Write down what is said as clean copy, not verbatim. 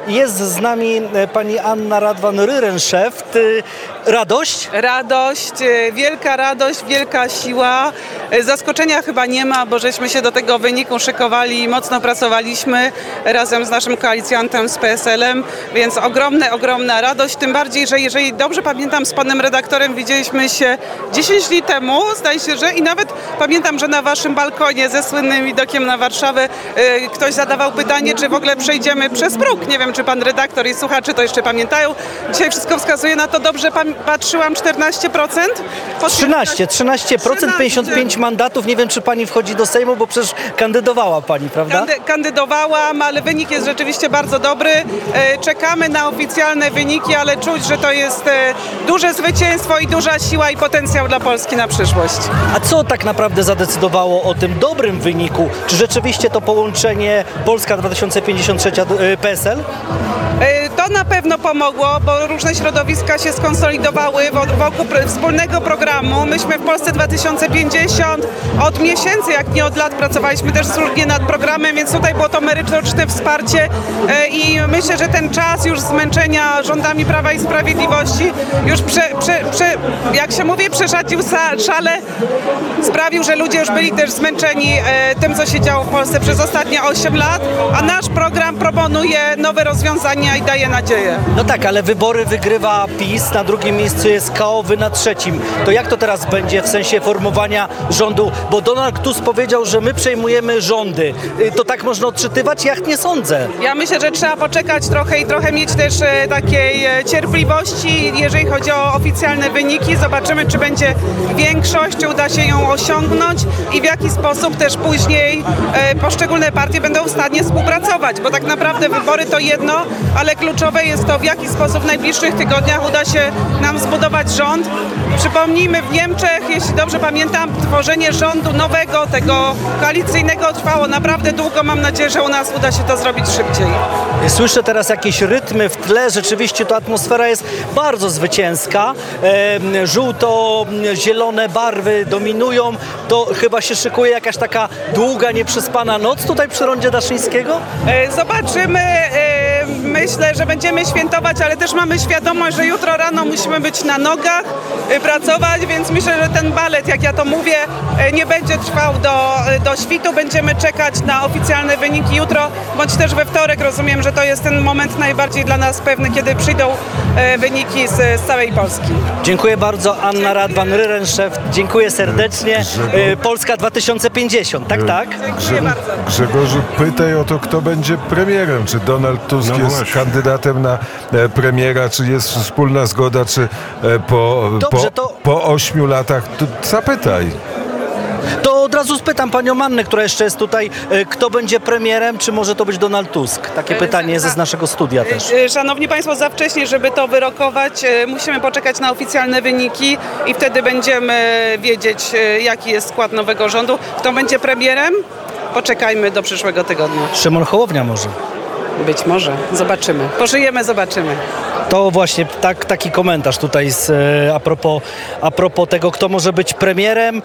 Jest z nami pani Anna Radwan-Ryrenszeft. Radość? Radość, wielka radość, wielka siła. Zaskoczenia chyba nie ma, bo żeśmy się do tego wyniku szykowali i mocno pracowaliśmy razem z naszym koalicjantem, z PSL-em, więc ogromna radość. Tym bardziej, że jeżeli dobrze pamiętam, z panem redaktorem widzieliśmy się 10 dni temu, zdaje się, że i nawet pamiętam, że na waszym balkonie ze słynnym widokiem na Warszawę ktoś zadawał pytanie, czy w ogóle przejdziemy przez próg. Nie wiem, czy pan redaktor i słuchacze to jeszcze pamiętają. Dzisiaj wszystko wskazuje na to, dobrze patrzyłam, 14%? 13%, 55 mandatów. Nie wiem, czy pani wchodzi do Sejmu, bo przecież kandydowała pani, prawda? Kandydowałam, ale wynik jest rzeczywiście bardzo dobry. Czekamy na oficjalne wyniki, ale czuć, że to jest duże zwycięstwo i duża siła i potencjał dla Polski na przyszłość. A co tak naprawdę zadecydowało o tym dobrym wyniku? Czy rzeczywiście to połączenie Polska 2053 PSL? To na pewno pomogło, bo różne środowiska się skonsolidowały wokół wspólnego programu. Myśmy w Polsce 2050 od miesięcy, jak nie od lat, pracowaliśmy też wspólnie nad programem, więc tutaj było to merytoryczne wsparcie i myślę, że ten czas już zmęczenia rządami Prawa i Sprawiedliwości już jak się mówi, przeszadził szale, sprawił, że ludzie już byli też zmęczeni tym, co się działo w Polsce przez ostatnie 8 lat, a nasz program proponuje nowe rozwiązania i daje nadzieję. No tak, ale wybory wygrywa PiS, na drugim miejscu jest KO, wy na trzecim. To jak to teraz będzie w sensie formowania rządu? Bo Donald Tusk powiedział, że my przejmujemy rządy. To tak można odczytywać? Ja nie sądzę. Ja myślę, że trzeba poczekać trochę i trochę mieć też takiej cierpliwości, jeżeli chodzi o oficjalne wyniki. Zobaczymy, czy będzie większość, czy uda się ją osiągnąć i w jaki sposób też później poszczególne partie będą w stanie współpracować, bo tak naprawdę wybory to jedno, ale kluczowe jest to, w jaki sposób w najbliższych tygodniach uda się nam zbudować rząd. Przypomnijmy, w Niemczech, jeśli dobrze pamiętam, tworzenie rządu nowego, tego koalicyjnego trwało naprawdę długo. Mam nadzieję, że u nas uda się to zrobić szybciej. Słyszę teraz jakieś rytmy w tle. Rzeczywiście to atmosfera jest bardzo zwycięska. Żółto-zielone barwy dominują. To chyba się szykuje jakaś taka długa, nieprzespana noc tutaj przy rondzie Daszyńskiego? Zobaczymy. Myślę, że będziemy świętować, ale też mamy świadomość, że jutro rano musimy być na nogach, pracować, więc myślę, że ten balet, jak ja to mówię, nie będzie trwał do świtu. Będziemy czekać na oficjalne wyniki jutro, bądź też we wtorek. Rozumiem, że to jest ten moment najbardziej dla nas pewny, kiedy przyjdą wyniki z całej Polski. Dziękuję bardzo. Anna Radwan-Ryrenszeft. Dziękuję serdecznie. Polska 2050, tak? Dziękuję bardzo. Grzegorzu, pytaj o to, kto będzie premierem. Czy Donald Tusk jest kandydatem na premiera, czy jest wspólna zgoda, czy po 8 latach? Zapytaj. To od razu spytam panią Annę, która jeszcze jest tutaj, kto będzie premierem, czy może to być Donald Tusk? Takie pytanie jest z naszego studia też. Szanowni Państwo, za wcześnie, żeby to wyrokować. Musimy poczekać na oficjalne wyniki i wtedy będziemy wiedzieć, jaki jest skład nowego rządu. Kto będzie premierem? Poczekajmy do przyszłego tygodnia. Szymon Hołownia może. Być może. Zobaczymy. Pożyjemy, zobaczymy. To właśnie taki komentarz tutaj a propos tego, kto może być premierem.